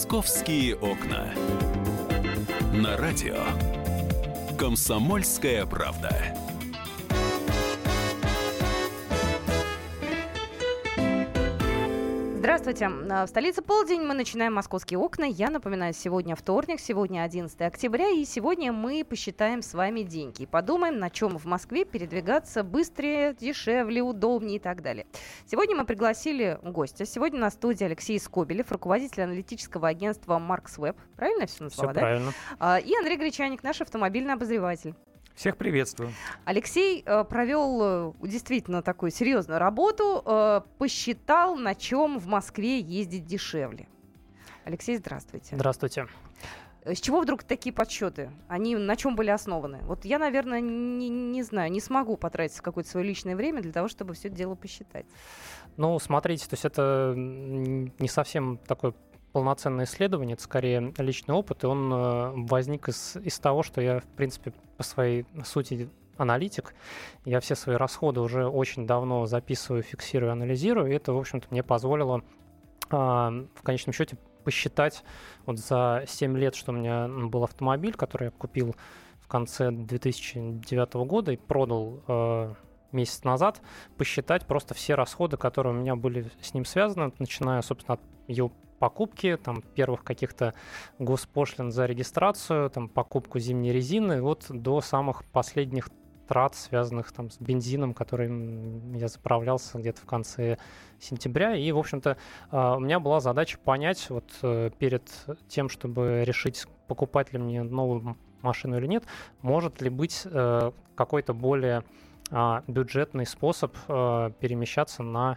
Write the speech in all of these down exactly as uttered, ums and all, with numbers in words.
«Московские окна». На радио «Комсомольская правда». Здравствуйте. В столице полдень, мы начинаем «Московские окна». Я напоминаю, сегодня вторник, сегодня одиннадцатое октября, и сегодня мы посчитаем с вами деньги и подумаем, на чем в Москве передвигаться быстрее, дешевле, удобнее и так далее. Сегодня мы пригласили гостя. Сегодня на студии Алексей Скобелев, руководитель аналитического агентства «Маркс Веб». Правильно я все назвала, все да? Правильно. И Андрей Гречаник, наш автомобильный обозреватель. Всех приветствую. Алексей э, провел э, действительно такую серьезную работу, э, посчитал, на чем в Москве ездить дешевле. Алексей, здравствуйте. Здравствуйте. С чего вдруг такие подсчеты? Они на чем были основаны? Вот я, наверное, не, не знаю, не смогу потратить какое-то свое личное время для того, чтобы все это дело посчитать. Ну, смотрите, то есть это не совсем такой полноценное исследование, это скорее личный опыт, и он э, возник из, из того, что я, в принципе, по своей сути аналитик. Я все свои расходы уже очень давно записываю, фиксирую, анализирую, и это, в общем-то, мне позволило э, в конечном счете посчитать вот за семь лет, что у меня был автомобиль, который я купил в конце две тысячи девятого года и продал э, месяц назад, посчитать просто все расходы, которые у меня были с ним связаны, начиная, собственно, от его покупки, там, первых каких-то госпошлин за регистрацию, там, покупку зимней резины, вот до самых последних трат, связанных там с бензином, которым я заправлялся где-то в конце сентября. И, в общем-то, у меня была задача понять вот перед тем, чтобы решить, покупать ли мне новую машину или нет, может ли быть какой-то более бюджетный способ перемещаться на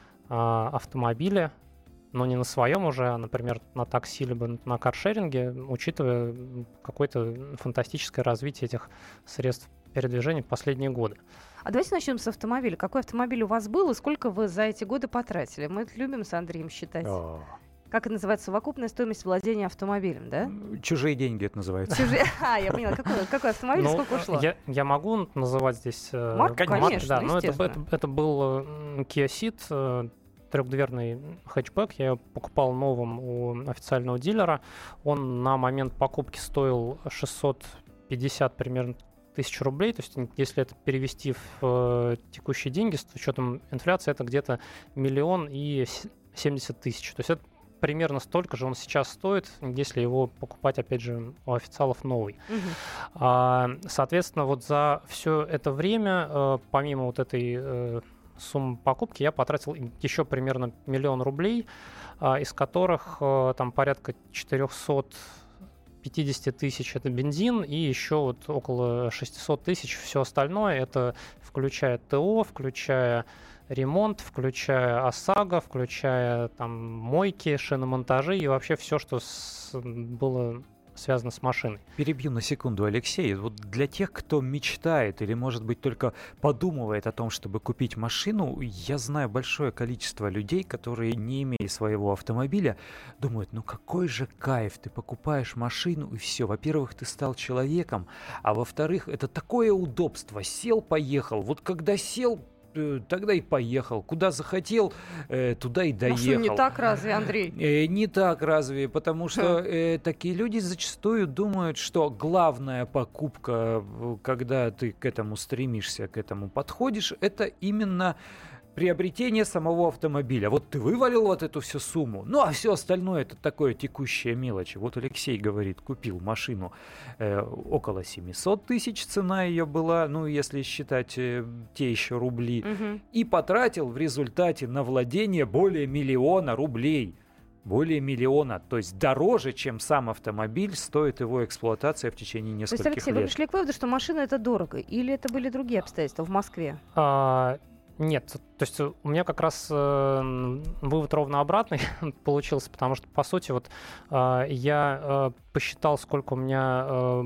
автомобиле, но не на своем уже, а, например, на такси либо на каршеринге, учитывая какое-то фантастическое развитие этих средств передвижения в последние годы. А давайте начнем с автомобиля. Какой автомобиль у вас был и сколько вы за эти годы потратили? Мы это любим с Андреем считать. О. Как это называется? Совокупная стоимость владения автомобилем, да? Чужие деньги это называется. Чужие... А, я поняла. Какой, какой автомобиль, ну, сколько ушло? Я, я могу называть здесь... Марк, конечно, марки, да, но это, это, это был Kia Ceed, трехдверный хэтчбэк. Я его покупал новым у официального дилера. Он на момент покупки стоил шестьсот пятьдесят примерно тысяч рублей. То есть, если это перевести в текущие деньги, с учетом инфляции, это где-то миллион и семьдесят тысяч. То есть, это примерно столько же он сейчас стоит, если его покупать, опять же, у официалов новый. Uh-huh. А, соответственно, вот за все это время, помимо вот этой суммы покупки, я потратил еще примерно миллион рублей, из которых там порядка четыреста пятьдесят тысяч это бензин, и еще вот около шестьсот тысяч все остальное, это включая ТО, включая ремонт, включая ОСАГО, включая там мойки, шиномонтажи и вообще все, что с... было связано с машиной. Перебью на секунду, Алексей. Вот для тех, кто мечтает или, может быть, только подумывает о том, чтобы купить машину, я знаю большое количество людей, которые, не имея своего автомобиля, думают, ну какой же кайф, ты покупаешь машину и все. Во-первых, ты стал человеком, а во-вторых, это такое удобство. Сел, поехал. Вот когда сел, тогда и поехал. Куда захотел, туда и доехал. Ну что, не так разве, Андрей? Э, не так разве, потому что э, такие люди зачастую думают, что главная покупка, когда ты к этому стремишься, к этому подходишь, это именно приобретение самого автомобиля. Вот ты вывалил вот эту всю сумму, ну а все остальное это такое текущая мелочь. Вот Алексей говорит, купил машину э, около семьсот тысяч, цена ее была, ну если считать э, те еще рубли, угу. и потратил в результате на владение более миллиона рублей. Более миллиона, то есть дороже, чем сам автомобиль, стоит его эксплуатация в течение нескольких лет. То есть, Алексей, лет. Вы пришли к выводу, что машина это дорого, или это были другие обстоятельства в Москве? А... Нет, то есть у меня как раз э, вывод ровно обратный получился, потому что, по сути, вот э, я э, посчитал, сколько у меня э,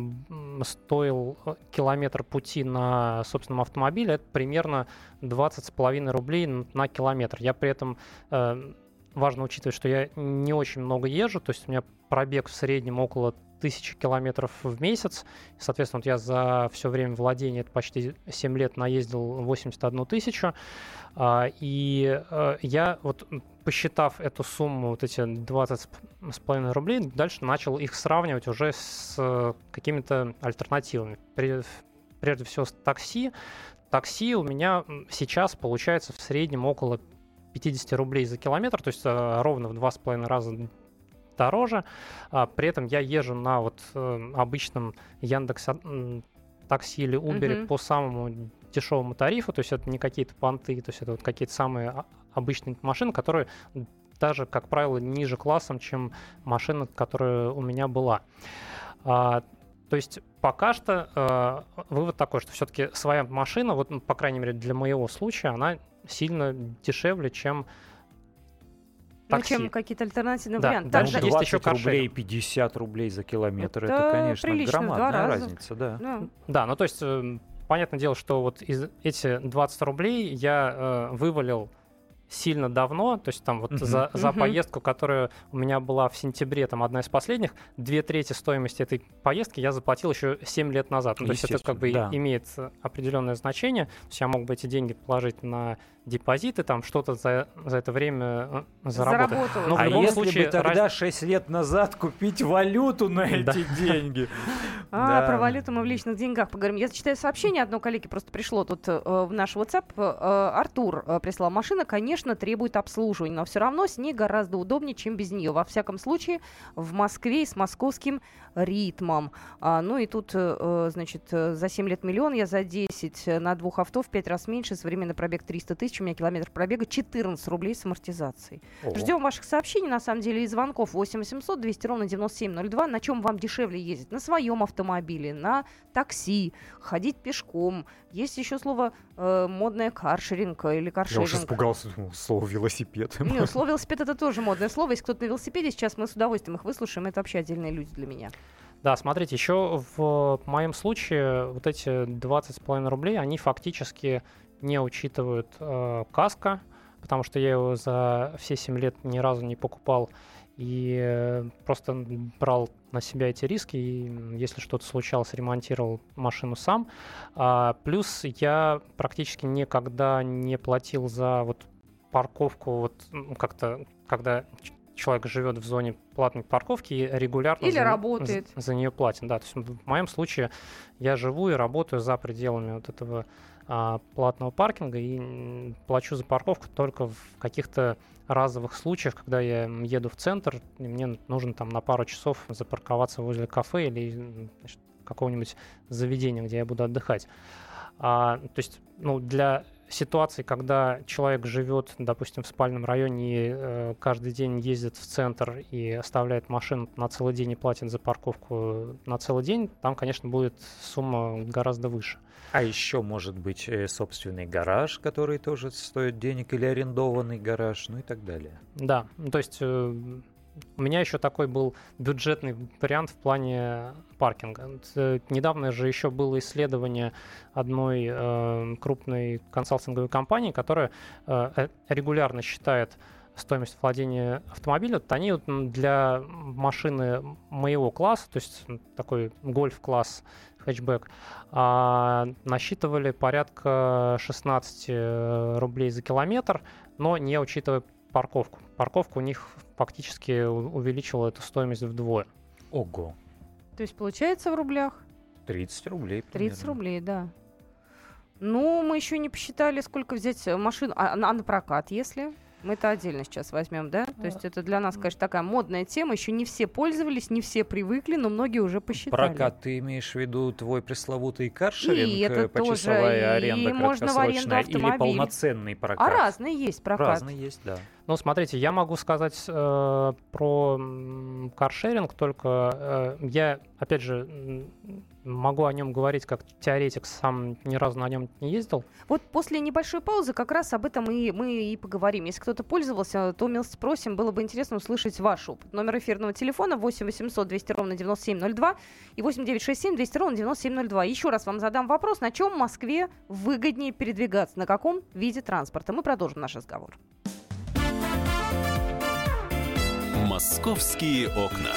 стоил километр пути на собственном автомобиле, это примерно двадцать с половиной рублей на километр. Я при этом, э, важно учитывать, что я не очень много езжу, то есть у меня пробег в среднем около тысячи километров в месяц. Соответственно, вот я за все время владения, это почти семь лет, наездил восемьдесят одну тысячу. И я вот посчитав эту сумму, вот эти двадцать с половиной рублей, дальше начал их сравнивать уже с какими-то альтернативами. Прежде всего с такси. Такси у меня сейчас получается в среднем около пятьдесят рублей за километр, то есть ровно в два с половиной раза дороже. При этом я езжу на вот обычном Яндекс такси или Uber mm-hmm. по самому дешевому тарифу, то есть это не какие-то понты, то есть это вот какие-то самые обычные машины, которые даже, как правило, ниже классом, чем машина, которая у меня была. А, то есть пока что а, вывод такой, что все-таки своя машина, вот, ну, по крайней мере, для моего случая, она сильно дешевле, чем такси. Ну, чем какие-то альтернативные да, варианты. Дальше ну, есть еще рублей, пятьдесят рублей за километр, это, это конечно, прилично, громадная разница. Да. Да. да, ну то есть понятное дело, что вот из эти двадцать рублей я э, вывалил сильно давно, то есть там вот uh-huh. за, за uh-huh. поездку, которая у меня была в сентябре, там одна из последних, две трети стоимости этой поездки я заплатил еще семь лет назад. Ну, то есть это как бы да. имеет определенное значение. То есть я мог бы эти деньги положить на депозиты, там что-то за, за это время заработать. Но в а любом если случае, бы тогда раз... шесть лет назад купить валюту на эти деньги? А, про валюту мы в личных деньгах поговорим. Я зачитаю сообщение. Одно коллеге просто пришло тут в наш WhatsApp. Артур прислал: машина, конечно, требует обслуживания, но все равно с ней гораздо удобнее, чем без нее. Во всяком случае, в Москве и с московским ритмом. А, ну и тут, значит, за семь лет миллион, я за десять на двух авто в пять раз меньше, современный пробег триста тысяч, у меня километр пробега четырнадцать рублей с амортизацией. Ого. Ждем ваших сообщений, на самом деле, и звонков восемь восемьсот двести ровно девяносто семь ноль два. На чем вам дешевле ездить? На своем автомобиле, на такси, ходить пешком. Есть еще слово э, модное каршеринг или каршеринг. Я уж испугался, думал, слово велосипед. Нет, слово велосипед — это тоже модное слово. Если кто-то на велосипеде, сейчас мы с удовольствием их выслушаем. Это вообще отдельные люди для меня. Да, смотрите, еще в моем случае вот эти двадцать с половиной рублей, они фактически не учитывают э, каско, потому что я его за все семь лет ни разу не покупал и э, просто брал на себя эти риски, и если что-то случалось, ремонтировал машину сам. А, плюс я практически никогда не платил за вот парковку, вот как-то, когда человек живет в зоне платной парковки и регулярно Или за, работает. За, за нее платит. Да, то есть в моем случае я живу и работаю за пределами вот этого а, платного паркинга и плачу за парковку только в каких-то разовых случаях, когда я еду в центр, и мне нужно там на пару часов запарковаться возле кафе или, значит, какого-нибудь заведения, где я буду отдыхать. А, то есть, ну, для ситуации, когда человек живет, допустим, в спальном районе и э, каждый день ездит в центр и оставляет машину на целый день и платит за парковку на целый день, там, конечно, будет сумма гораздо выше. А еще может быть собственный гараж, который тоже стоит денег, или арендованный гараж, ну и так далее. Да, ну, то есть э, у меня еще такой был бюджетный вариант в плане паркинга. Недавно же еще было исследование одной э, крупной консалтинговой компании, которая э, регулярно считает стоимость владения автомобиля. Вот они вот для машины моего класса, то есть такой гольф-класс, хэтчбэк, а, насчитывали порядка шестнадцать рублей за километр, но не учитывая парковку. Парковка у них фактически увеличила эту стоимость вдвое. Ого. То есть получается в рублях? тридцать рублей. тридцать рублей, да. Ну, мы еще не посчитали, сколько взять машину. А, а на прокат, если? Мы это отдельно сейчас возьмем, да? То есть это для нас, конечно, такая модная тема. Еще не все пользовались, не все привыкли, но многие уже посчитали. Прокат, ты имеешь в виду твой пресловутый каршеринг, и это почасовая тоже, аренда и можно в аренду автомобиль. Или полноценный прокат? А разные есть прокат. Разные есть, да. Ну, смотрите, я могу сказать э, про каршеринг, только э, я, опять же, могу о нем говорить как теоретик, сам ни разу на нем не ездил. Вот после небольшой паузы как раз об этом и мы и поговорим. Если кто-то пользовался, то милости просим, было бы интересно услышать ваш опыт. Номер эфирного телефона восемь восемьсот двести ровно девяносто семь ноль два и восемь девятьсот шестьдесят семь двести ровно девяносто семь ноль два. Еще раз вам задам вопрос, на чем в Москве выгоднее передвигаться, на каком виде транспорта. Мы продолжим наш разговор. «Московские окна».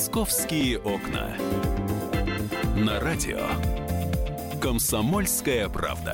«Московские окна». На радио «Комсомольская правда».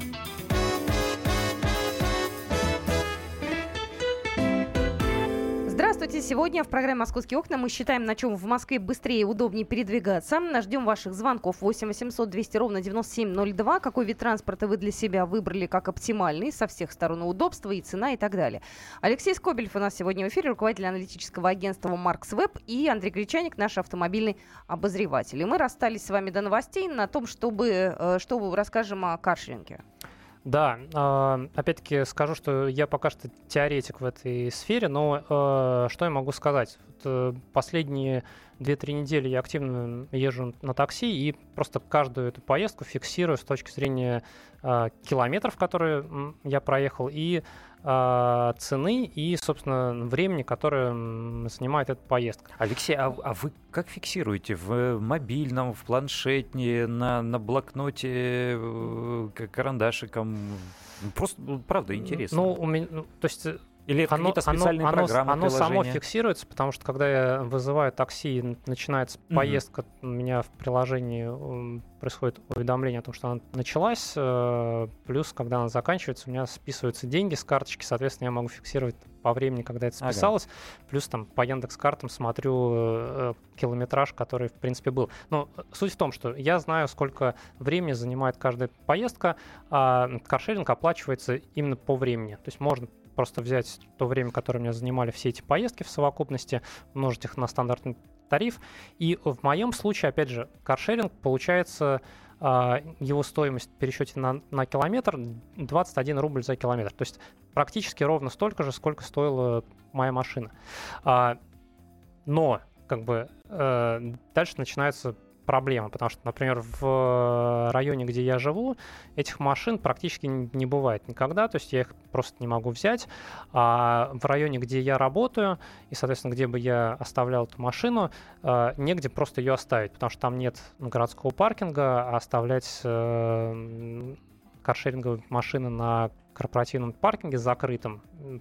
Здравствуйте. Сегодня в программе «Московские окна» мы считаем, на чем в Москве быстрее и удобнее передвигаться. Ждем ваших звонков восемь восемьсот двести ровно девяносто семь ноль два. Какой вид транспорта вы для себя выбрали как оптимальный, со всех сторон удобства и цена и так далее. Алексей Скобелев у нас сегодня в эфире, руководитель аналитического агентства «Марксвеб», и Андрей Гречаник, наш автомобильный обозреватель. И мы расстались с вами до новостей на том, чтобы, чтобы расскажем о каршеринге. Да, э, опять-таки скажу, что я пока что теоретик в этой сфере, но э, что я могу сказать? Вот, э, последние две-три недели я активно езжу на такси и просто каждую эту поездку фиксирую с точки зрения э, километров, которые м, я проехал, и э, цены, и, собственно, времени, которое м, занимает эта поездка. Алексей, а, а вы как фиксируете? В мобильном, в планшете, на, на блокноте, э, карандашиком? Просто, правда, интересно. Ну, у меня, ну, то есть... Или это оно, какие-то специальные оно, программы, оно, оно само приложения? фиксируется, потому что когда я вызываю такси, и начинается mm-hmm. поездка, у меня в приложении происходит уведомление о том, что она началась, плюс, когда она заканчивается, у меня списываются деньги с карточки, соответственно, я могу фиксировать по времени, когда это списалось, ага. плюс там по Яндекс.Картам смотрю километраж, который, в принципе, был. Но суть в том, что я знаю, сколько времени занимает каждая поездка, а каршеринг оплачивается именно по времени. То есть можно просто взять то время, которое меня занимали все эти поездки в совокупности, умножить их на стандартный тариф. И в моем случае, опять же, каршеринг, получается, его стоимость в пересчете на, на километр двадцать один рубль за километр. То есть практически ровно столько же, сколько стоила моя машина. Но как бы дальше начинается проблема, потому что, например, в районе, где я живу, этих машин практически не бывает никогда, то есть я их просто не могу взять. А в районе, где я работаю, и, соответственно, где бы я оставлял эту машину, негде просто ее оставить, потому что там нет городского паркинга, а оставлять каршеринговые машины на корпоративном паркинге закрытым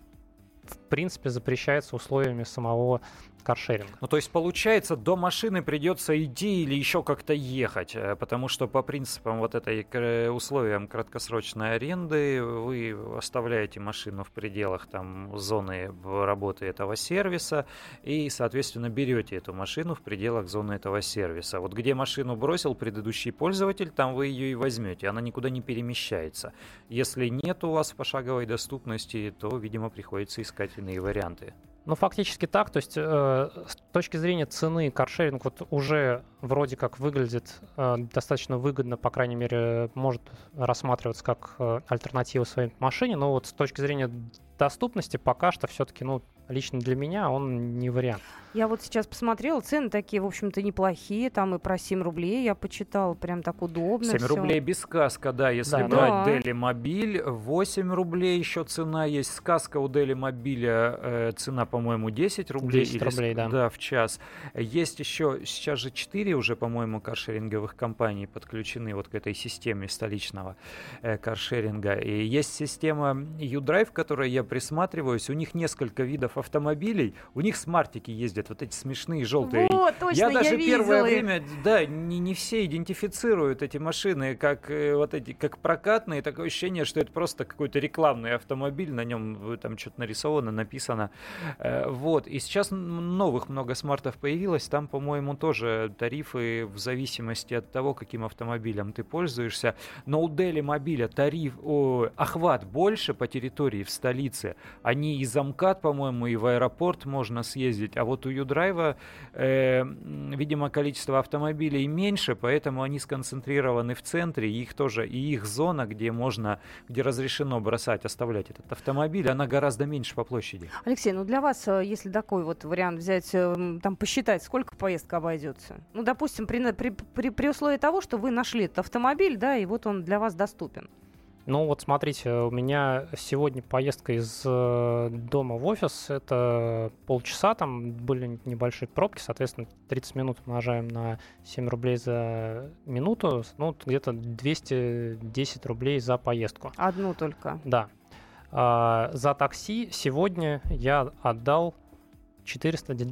в принципе запрещается условиями самого каршеринга. Ну, то есть, получается, до машины придется идти или еще как-то ехать, потому что по принципам вот этой условиям краткосрочной аренды вы оставляете машину в пределах там зоны работы этого сервиса и, соответственно, берете эту машину в пределах зоны этого сервиса. Вот где машину бросил предыдущий пользователь, там вы ее и возьмете, она никуда не перемещается. Если нет у вас пошаговой доступности, то, видимо, приходится искать иные варианты. Ну, фактически так. То есть э, с точки зрения цены каршеринг вот уже вроде как выглядит э, достаточно выгодно, по крайней мере, может рассматриваться как э, альтернатива своей машине, но вот с точки зрения доступности пока что все-таки, ну, лично для меня он не вариант. Я вот сейчас посмотрела, цены такие, в общем-то, неплохие, там и про семь рублей я почитала, прям так удобно. семь рублей без сказка, да, если да, брать да. Делимобиль, восемь рублей еще цена есть, сказка у Делимобиля, э, цена, по-моему, десять рублей. десять рублей, или, да. Да, в час. Есть еще, сейчас же четыре уже, по-моему, каршеринговых компаний подключены вот к этой системе столичного э, каршеринга. И есть система U-Drive, к которой я присматриваюсь, у них несколько видов автомобилей, у них смартики ездят, вот эти смешные желтые. Вот, точно, я даже я первое их. время, да, не, не все идентифицируют эти машины как э, вот эти, как прокатные, такое ощущение, что это просто какой-то рекламный автомобиль, на нем там что-то нарисовано, написано. Э, вот, и сейчас новых много смартов появилось, там, по-моему, тоже тарифы в зависимости от того, каким автомобилем ты пользуешься, но у Делимобиля тариф, о, охват больше по территории в столице, они и за МКАД, по-моему, и в аэропорт можно съездить, а вот у U-Drive, э, видимо, количество автомобилей меньше, поэтому они сконцентрированы в центре, и их тоже, и их зона, где можно, где разрешено бросать, оставлять этот автомобиль, она гораздо меньше по площади. Алексей, ну для вас, если такой вот вариант взять, там посчитать, сколько поездка обойдется? Ну, допустим, при, при, при, при условии того, что вы нашли этот автомобиль, да, и вот он для вас доступен. Ну вот смотрите, у меня сегодня поездка из э, дома в офис, это полчаса, там были небольшие пробки, соответственно, тридцать минут умножаем на семь рублей за минуту, ну где-то двести десять рублей за поездку. Одну только? Да. А, за такси сегодня я отдал четыреста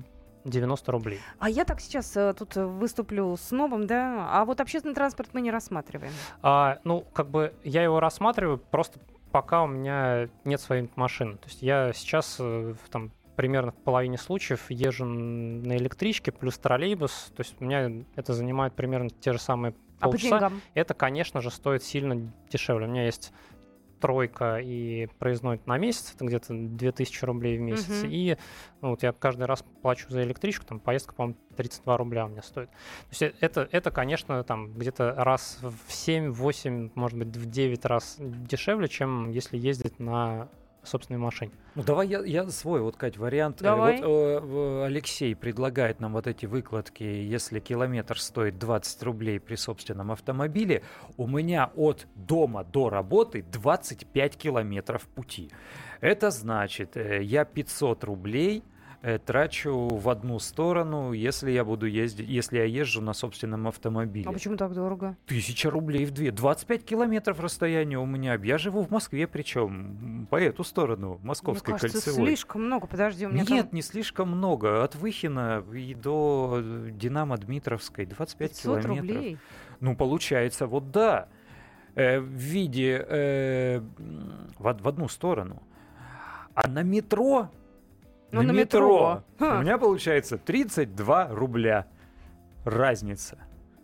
девяносто рублей. А я так сейчас э, тут выступлю с новым, да, а вот общественный транспорт мы не рассматриваем. А, ну, как бы я его рассматриваю просто пока у меня нет своей машины. То есть я сейчас э, там примерно в половине случаев езжу на электричке плюс троллейбус. То есть у меня это занимает примерно те же самые А по полчаса. деньгам? Это, конечно же, стоит сильно дешевле. У меня есть тройка и проездной на месяц, это где-то две тысячи рублей в месяц. Мгм. И ну, вот я каждый раз плачу за электричку, там поездка, по-моему, тридцать два рубля у меня стоит. То есть это, это конечно, там где-то раз в семь-восемь, может быть, в девять раз дешевле, чем если ездить на собственной машине. Ну давай я, я свой, вот, Кать, вариант. Э, Давай. Вот э, Алексей предлагает нам вот эти выкладки, если километр стоит двадцать рублей при собственном автомобиле, у меня от дома до работы двадцать пять километров пути. Это значит, э, я пятьсот рублей э, трачу в одну сторону, если я буду ездить, если я езжу на собственном автомобиле. А почему так дорого? Тысяча рублей в две. двадцать пять километров расстояние у меня. Я живу в Москве, причем по эту сторону, Московской Мне кажется, кольцевой. слишком много. Подожди, у меня Нет, там не слишком много. От Выхина и до Динамо Дмитровской двадцать пять пятьсот километров. рублей. Ну, получается, вот да. Э, в виде э, в, од- в одну сторону. А на метро, Ну, на метро. Ха. у меня получается тридцать два рубля. Разница.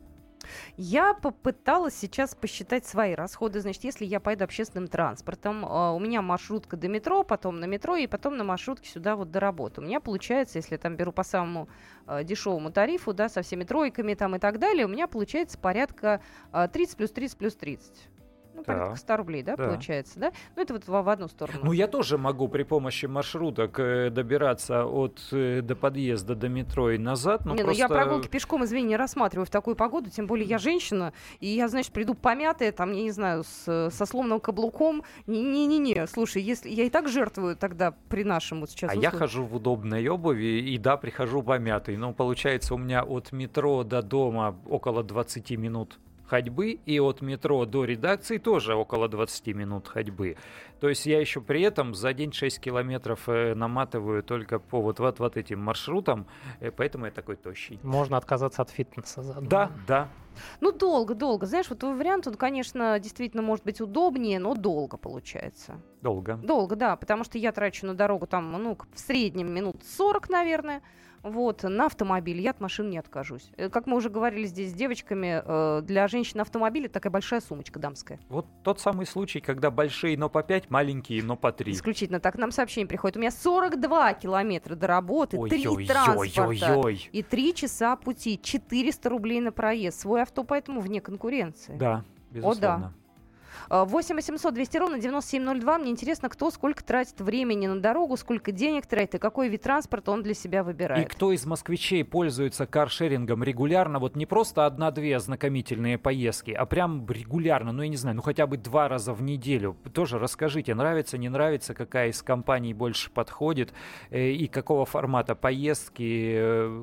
Я попыталась сейчас посчитать свои расходы. Значит, если я поеду общественным транспортом, э, у меня маршрутка до метро, потом на метро и потом на маршрутке сюда вот до работы. У меня получается, если я там беру по самому э, дешевому тарифу, да, со всеми тройками там и так далее, у меня получается порядка э, тридцать плюс тридцать плюс тридцать. Ну, порядка Да. ста рублей, да, Да. получается, да? Ну, это вот в, в одну сторону. Ну, я тоже могу при помощи маршруток э, добираться от э, до подъезда до метро и назад. Но не, просто... ну я прогулки пешком, извини, не рассматриваю в такую погоду, тем более я женщина, и я, значит, приду помятая, там, я не знаю, с, со сломанным каблуком. Не-не-не, слушай, если я и так жертвую тогда при нашем вот сейчас А я условии. хожу в удобной обуви, и да, прихожу помятый. Но получается, у меня от метро до дома около двадцать минут ходьбы, и от метро до редакции тоже около двадцать минут ходьбы. То есть я еще при этом за день шесть километров э, наматываю только по вот, вот, вот этим маршрутам, э, поэтому я такой тощий. Можно отказаться от фитнеса заодно. Да, да. Ну, долго, долго. Знаешь, вот твой вариант, он, конечно, действительно может быть удобнее, но долго получается. Долго. Долго, да, потому что я трачу на дорогу там, ну, в среднем минут сорок, наверное. Вот, на автомобиль я от машин не откажусь. Э, Как мы уже говорили здесь с девочками, э, для женщин автомобиль это такая большая сумочка дамская. Вот тот самый случай, когда большие, но по пять, маленькие, но по три. Исключительно так. Нам сообщение приходит. У меня сорок два километра до работы, три транспорта Ой-ой-ой-ой-ой. и три часа пути, четыреста рублей на проезд. Свой авто поэтому вне конкуренции. Да, безусловно. восемь восемьсот двести ровно девяносто семь ноль два. Мне интересно, кто сколько тратит времени на дорогу, сколько денег тратит и какой вид транспорта он для себя И выбирает. кто из москвичей пользуется каршерингом регулярно, вот не просто одна-две ознакомительные поездки, а прям регулярно, ну я не знаю, ну хотя бы два раза в неделю. Тоже расскажите, нравится, не нравится, какая из компаний больше подходит э, и какого формата поездки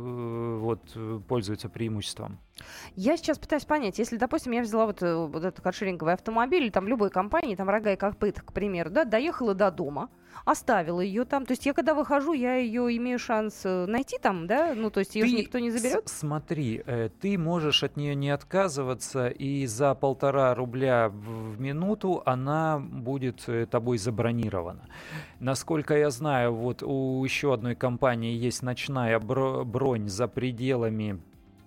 э, вот, э, пользуются преимуществом. Я сейчас пытаюсь понять, если, допустим, я взяла вот, э, вот этот каршеринговый автомобиль, или там любой компании, там Рога и Копыт, к примеру, да, доехала до дома, оставила ее там, то есть я когда выхожу, я ее имею шанс э, найти там, да, ну то есть ее же Ты никто не заберет. с- смотри, э, ты можешь от нее не отказываться, и за полтора рубля в в минуту она будет э, тобой забронирована. Насколько я знаю, вот у еще одной компании есть ночная бро- бронь за пределами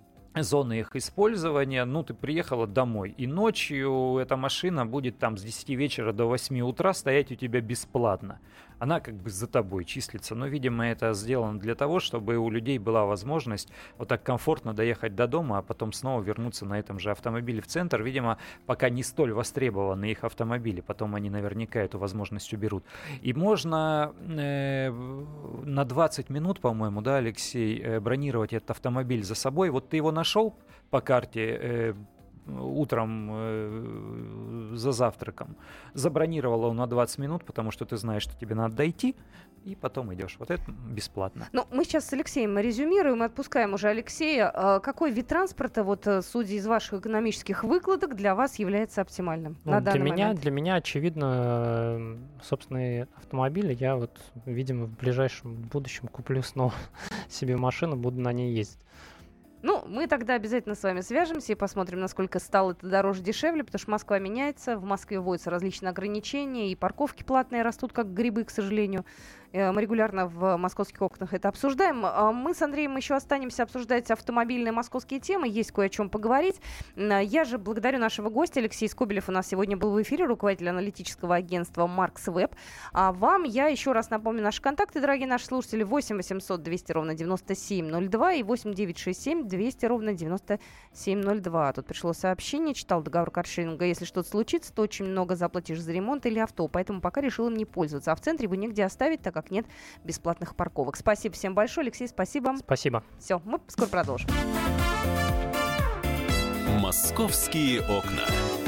зоны их использования. Ну, ты приехала домой, и ночью эта машина будет там с десяти вечера до восьми утра стоять у тебя бесплатно. Она как бы за тобой числится, но, видимо, это сделано для того, чтобы у людей была возможность вот так комфортно доехать до дома, а потом снова вернуться на этом же автомобиле в центр. Видимо, пока не столь востребованы их автомобили, потом они наверняка эту возможность уберут. И можно э, на двадцать минут, по-моему, да, Алексей, э, бронировать этот автомобиль за собой. Вот ты его нашел по карте, э, утром э, за завтраком, забронировал его на двадцать минут, потому что ты знаешь, что тебе надо дойти, и потом идешь. Вот это бесплатно. Ну, мы сейчас с Алексеем резюмируем, отпускаем уже Алексея. Какой вид транспорта, вот, судя из ваших экономических выкладок, для вас является оптимальным Ну, на для данный меня, момент? для меня, очевидно, собственные автомобили. Я вот, видимо, в ближайшем будущем куплю снова себе машину, буду на ней ездить. Ну, мы тогда обязательно с вами свяжемся и посмотрим, насколько стало это дороже, дешевле, потому что Москва меняется, в Москве вводятся различные ограничения, и парковки платные растут, как грибы, к сожалению. Мы регулярно в «Московских окнах» это обсуждаем. Мы с Андреем еще останемся обсуждать автомобильные московские темы, есть кое о чем поговорить. Я же благодарю нашего гостя. Алексей Скобелев у нас сегодня был в эфире, руководитель аналитического агентства «Маркс Веб». А вам я еще раз напомню наши контакты, дорогие наши слушатели, восемь восемьсот двести ровно девяносто семь ноль два и восемь девятьсот шестьдесят семь двести ровно девяносто семь ноль два. Тут пришло сообщение, читал договор каршеринга. Если что-то случится, то очень много заплатишь за ремонт или авто, поэтому пока решил им не пользоваться. А в центре его негде оставить, так как нет бесплатных парковок. Спасибо всем большое. Алексей, спасибо. Спасибо. Все, мы скоро продолжим. «Московские окна».